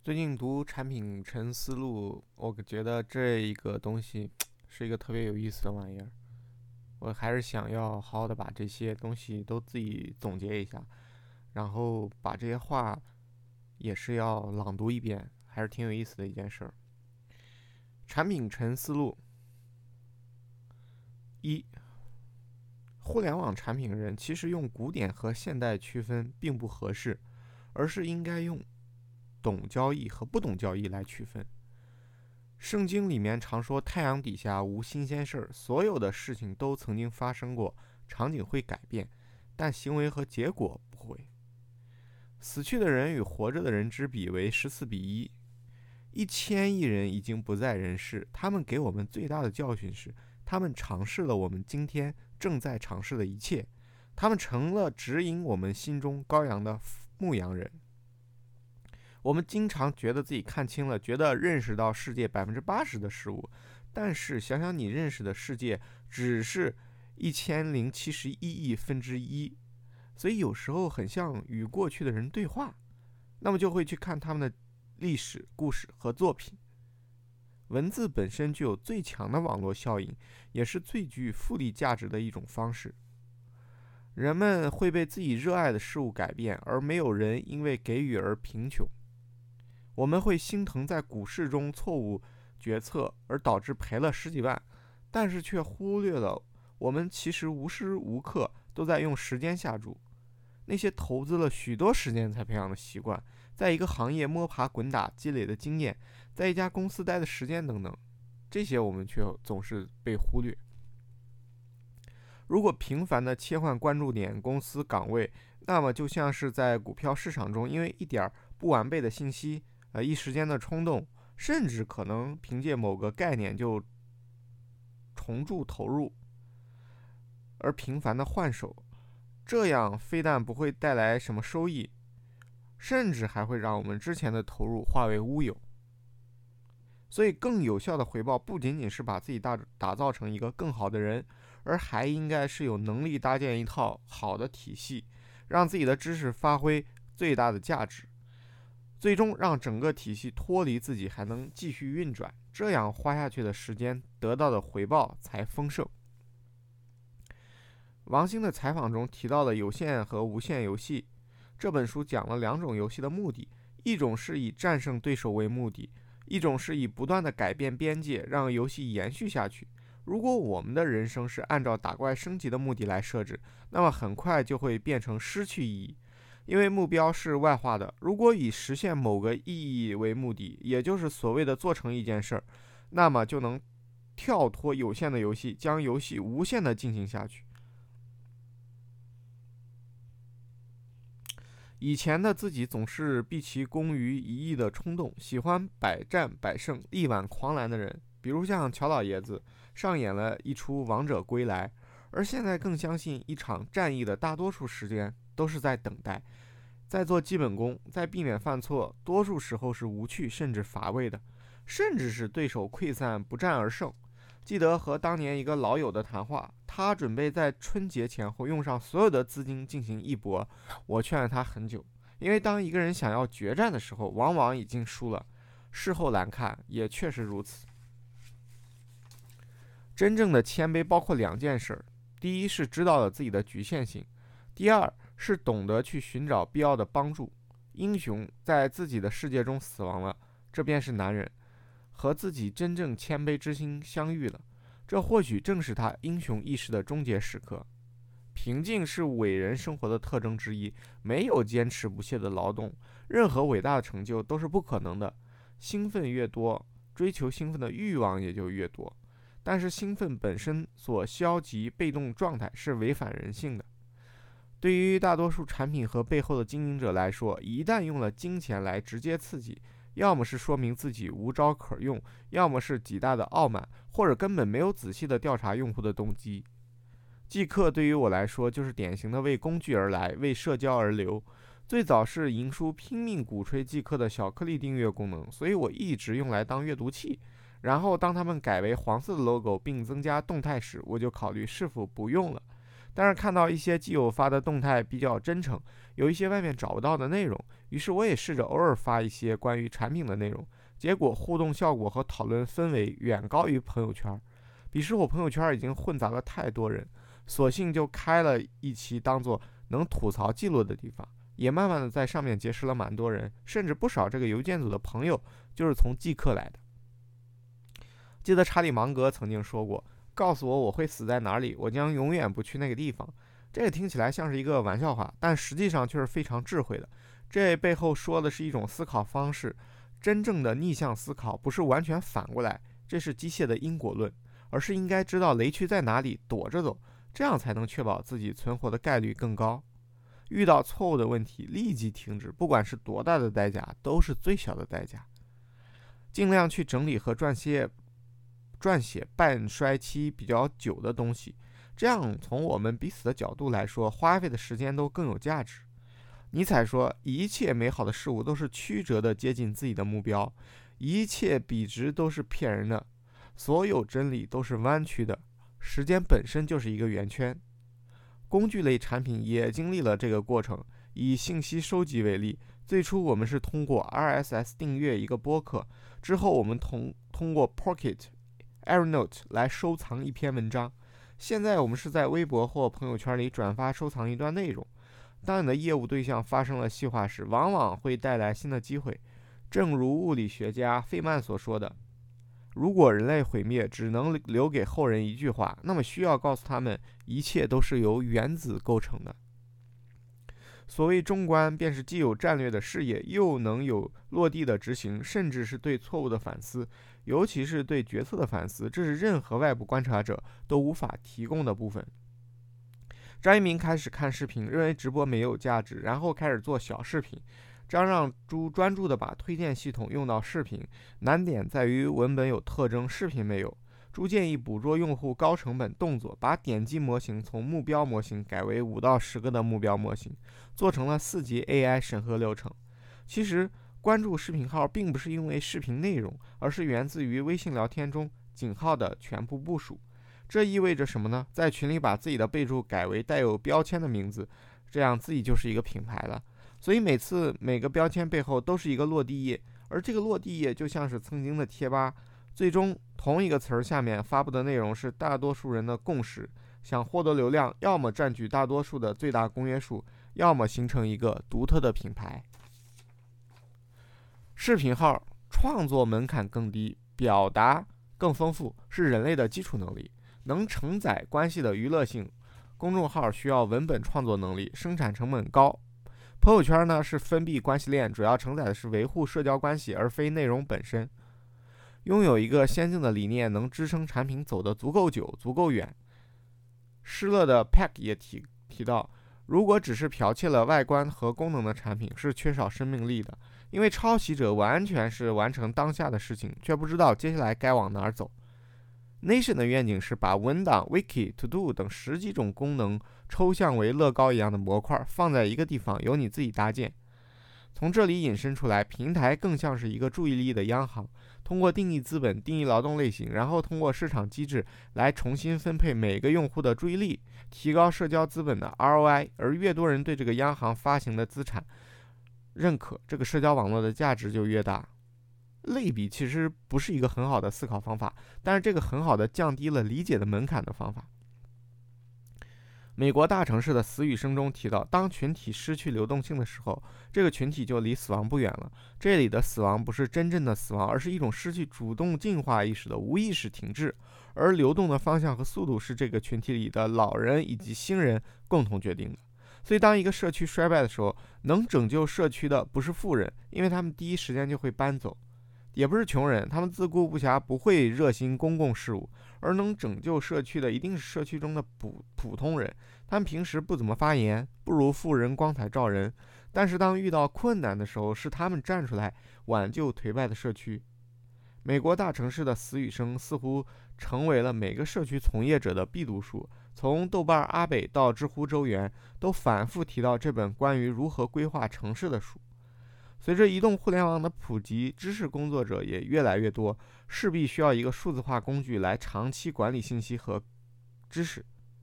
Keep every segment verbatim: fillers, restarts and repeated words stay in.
最近读产品沉思路，我觉得这一个东西是一个特别有意思的玩意儿。我还是想要好好的把这些东西都自己总结一下，然后把这些话也是要朗读一遍，还是挺有意思的一件事儿。产品沉思路一：互联网产品人其实用古典和现代区分并不合适，而是应该用懂交易和不懂交易来区分。圣经里面常说太阳底下无新鲜事儿，所有的事情都曾经发生过，场景会改变，但行为和结果不会。死去的人与活着的人之比为十四比一，一千亿人已经不在人世，他们给我们最大的教训是，他们尝试了我们今天正在尝试的一切，他们成了指引我们心中羔羊的牧羊人。我们经常觉得自己看清了，觉得认识到世界百分之八十的事物，但是想想你认识的世界只是一千零七十一亿分之一，所以有时候很像与过去的人对话，那么就会去看他们的历史故事和作品。文字本身具有最强的网络效应，也是最具复利价值的一种方式。人们会被自己热爱的事物改变，而没有人因为给予而贫穷。我们会心疼在股市中错误决策而导致赔了十几万，但是却忽略了我们其实无时无刻都在用时间下注。那些投资了许多时间才培养的习惯，在一个行业摸爬滚打积累的经验，在一家公司待的时间等等，这些我们却总是被忽略。如果频繁的切换关注点、公司岗位，那么就像是在股票市场中，因为一点不完备的信息，呃，一时间的冲动，甚至可能凭借某个概念就重注投入，而频繁的换手，这样非但不会带来什么收益，甚至还会让我们之前的投入化为乌有。所以，更有效的回报不仅仅是把自己打打造成一个更好的人，而还应该是有能力搭建一套好的体系，让自己的知识发挥最大的价值，最终让整个体系脱离自己还能继续运转，这样花下去的时间得到的回报才丰盛。王兴的采访中提到了有限和无限游戏，这本书讲了两种游戏的目的，一种是以战胜对手为目的，一种是以不断的改变边界，让游戏延续下去。如果我们的人生是按照打怪升级的目的来设置，那么很快就会变成失去意义，因为目标是外化的。如果以实现某个意义为目的，也就是所谓的做成一件事儿，那么就能跳脱有限的游戏，将游戏无限的进行下去。以前的自己总是毕其功于一役的冲动，喜欢百战百胜、力挽狂澜的人，比如像乔老爷子上演了一出王者归来，而现在更相信一场战役的大多数时间都是在等待，在做基本功，在避免犯错，多数时候是无趣甚至乏味的，甚至是对手溃散不战而胜。记得和当年一个老友的谈话，他准备在春节前后用上所有的资金进行一搏，我劝了他很久，因为当一个人想要决战的时候，往往已经输了。事后来看，也确实如此。真正的谦卑包括两件事，第一是知道了自己的局限性，第二是懂得去寻找必要的帮助。英雄在自己的世界中死亡了，这便是男人。和自己真正谦卑之心相遇了，这或许正是他英雄意识的终结时刻。平静是伟人生活的特征之一，没有坚持不懈的劳动，任何伟大的成就都是不可能的。兴奋越多，追求兴奋的欲望也就越多，但是兴奋本身所消极被动状态是违反人性的。对于大多数产品和背后的经营者来说，一旦用了金钱来直接刺激，要么是说明自己无招可用，要么是极大的傲慢，或者根本没有仔细的调查用户的动机。即刻对于我来说就是典型的为工具而来，为社交而流。最早是营书拼命鼓吹即刻的小颗粒订阅功能，所以我一直用来当阅读器。然后当他们改为黄色的 logo 并增加动态时，我就考虑是否不用了。 但是看到一些基友发的动态比较真诚，有一些外面找不到的内容，于是我也试着偶尔发一些关于产品的内容，结果互动效果和讨论氛围远高于朋友圈。彼时我朋友圈已经混杂了太多人，索性就开了一期当做能吐槽记录的地方，也慢慢的在上面结识了蛮多人，甚至不少这个邮件组的朋友就是从即刻来的。记得查理芒格曾经说过，告诉我我会死在哪里，我将永远不去那个地方。这个听起来像是一个玩笑话，但实际上却是非常智慧的。这背后说的是一种思考方式，真正的逆向思考不是完全反过来，这是机械的因果论，而是应该知道雷区在哪里，躲着走，这样才能确保自己存活的概率更高。遇到错误的问题立即停止，不管是多大的代价，都是最小的代价。尽量去整理和撰写撰写半衰期比较久的东西，这样从我们彼此的角度来说，花费的时间都更有价值。尼采说，一切美好的事物都是曲折地接近自己的目标，一切笔直都是骗人的，所有真理都是弯曲的，时间本身就是一个圆圈。工具类产品也经历了这个过程。以信息收集为例，最初我们是通过 R S S 订阅一个播客，之后我们通通过 Pocket、Evernote 来收藏一篇文章，现在我们是在微博或朋友圈里转发收藏一段内容。当你的业务对象发生了细化时，往往会带来新的机会。正如物理学家费曼所说的，如果人类毁灭只能留给后人一句话，那么需要告诉他们，一切都是由原子构成的。所谓中观，便是既有战略的视野，又能有落地的执行，甚至是对错误的反思，尤其是对决策的反思，这是任何外部观察者都无法提供的部分。张一鸣开始看视频，认为直播没有价值，然后开始做小视频。张让珠专注地把推荐系统用到视频，难点在于文本有特征，视频没有。朱建议捕捉用户高成本动作，把点击模型从目标模型改为五到十个的目标模型，做成了四级 A I 审核流程。其实关注视频号并不是因为视频内容，而是源自于微信聊天中井号的全部部署。这意味着什么呢？在群里把自己的备注改为带有标签的名字，这样自己就是一个品牌了。所以每次每个标签背后都是一个落地页，而这个落地页就像是曾经的贴吧，最终同一个词儿下面发布的内容是大多数人的共识。想获得流量，要么占据大多数的最大公约数，要么形成一个独特的品牌。视频号创作门槛更低，表达更丰富，是人类的基础能力，能承载关系的娱乐性。公众号需要文本创作能力，生产成本高。朋友圈呢是封闭关系链，主要承载的是维护社交关系，而非内容本身。拥有一个先进的理念，能支撑产品走得足够久、足够远。施乐的 Pack 也 提, 提到，如果只是剽窃了外观和功能的产品，是缺少生命力的，因为抄袭者完全是完成当下的事情，却不知道接下来该往哪儿走。Nation 的愿景是把文档、Wiki、To Do 等十几种功能抽象为乐高一样的模块，放在一个地方，由你自己搭建。从这里引申出来，平台更像是一个注意力的央行，通过定义资本、定义劳动类型，然后通过市场机制来重新分配每个用户的注意力，提高社交资本的 R O I。 而越多人对这个央行发行的资产认可，这个社交网络的价值就越大。类比其实不是一个很好的思考方法，但是这个很好的降低了理解的门槛的方法。美国大城市的死与生中提到，当群体失去流动性的时候，这个群体就离死亡不远了。这里的死亡不是真正的死亡，而是一种失去主动进化意识的无意识停滞，而流动的方向和速度是这个群体里的老人以及新人共同决定的。所以当一个社区衰败的时候，能拯救社区的不是富人，因为他们第一时间就会搬走，也不是穷人，他们自顾不暇，不会热心公共事务，而能拯救社区的一定是社区中的普普通人。他们平时不怎么发言，不如富人光彩照人，但是当遇到困难的时候，是他们站出来挽救颓败的社区。美国大城市的死与生似乎成为了每个社区从业者的必读书，从豆瓣阿北到知乎周元，都反复提到这本关于如何规划城市的书。随着移动互联网的普及，知识工作者也越来越多，势必需要一个数字化工具来长期管理信息和知识。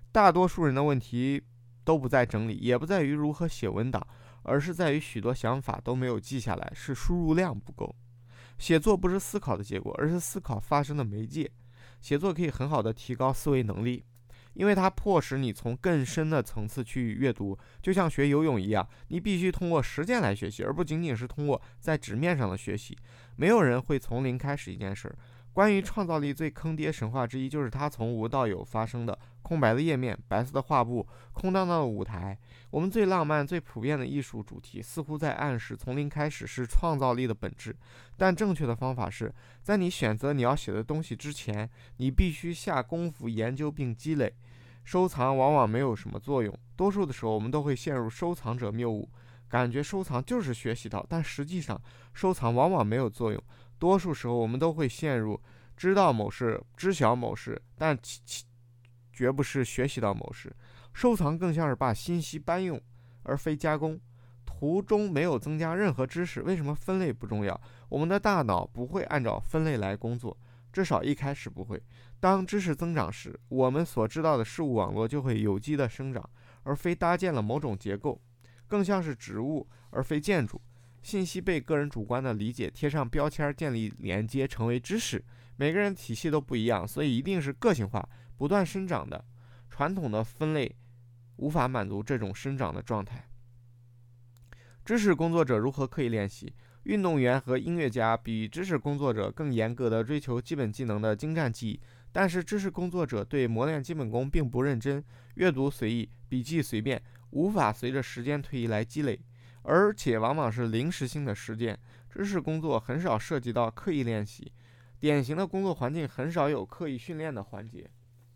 大多数人的问题都不在整理，也不在于如何写文档，而是在于许多想法都没有记下来，是输入量不够。写作不是思考的结果，而是思考发生的媒介。写作可以很好的提高思维能力，因为它迫使你从更深的层次去阅读，就像学游泳一样，你必须通过实践来学习，而不仅仅是通过在纸面上的学习。没有人会从零开始一件事儿。关于创造力最坑爹神话之一，就是它从无到有发生的空白的页面、白色的画布、空荡荡的舞台。我们最浪漫、最普遍的艺术主题，似乎在暗示从零开始是创造力的本质。但正确的方法是，在你选择你要写的东西之前，你必须下功夫研究并积累。收藏往往没有什么作用，多数的时候我们都会陷入收藏者谬误，感觉收藏就是学习到，但实际上收藏往往没有作用。多数时候我们都会陷入知道某事、知晓某事，但其其绝不是学习到某事。收藏更像是把信息搬用，而非加工。途中没有增加任何知识，为什么分类不重要？我们的大脑不会按照分类来工作，至少一开始不会。当知识增长时，我们所知道的事物网络就会有机的生长，而非搭建了某种结构，更像是植物而非建筑。信息被个人主观的理解贴上标签，建立连接，成为知识。每个人体系都不一样，所以一定是个性化、不断生长的。传统的分类无法满足这种生长的状态。知识工作者如何刻意练习？运动员和音乐家比知识工作者更严格地追求基本技能的精湛记忆，但是知识工作者对磨练基本功并不认真，阅读随意，笔记随便，无法随着时间推移来积累，而且往往是临时性的实践。知识工作很少涉及到刻意练习，典型的工作环境很少有刻意训练的环节。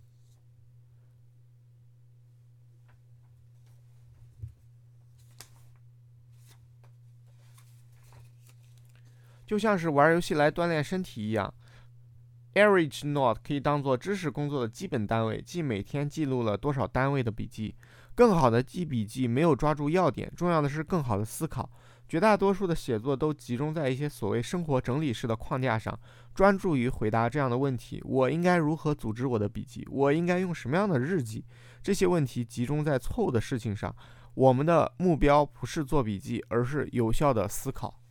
就像是玩游戏来锻炼身体一样， Average Note 可以当做知识工作的基本单位，即每天记录了多少单位的笔记。更好的记笔记没有抓住要点，重要的是更好的思考。绝大多数的写作都集中在一些所谓生活整理式的框架上，专注于回答这样的问题：我应该如何组织我的笔记？我应该用什么样的日记？这些问题集中在错误的事情上。我们的目标不是做笔记，而是有效的思考。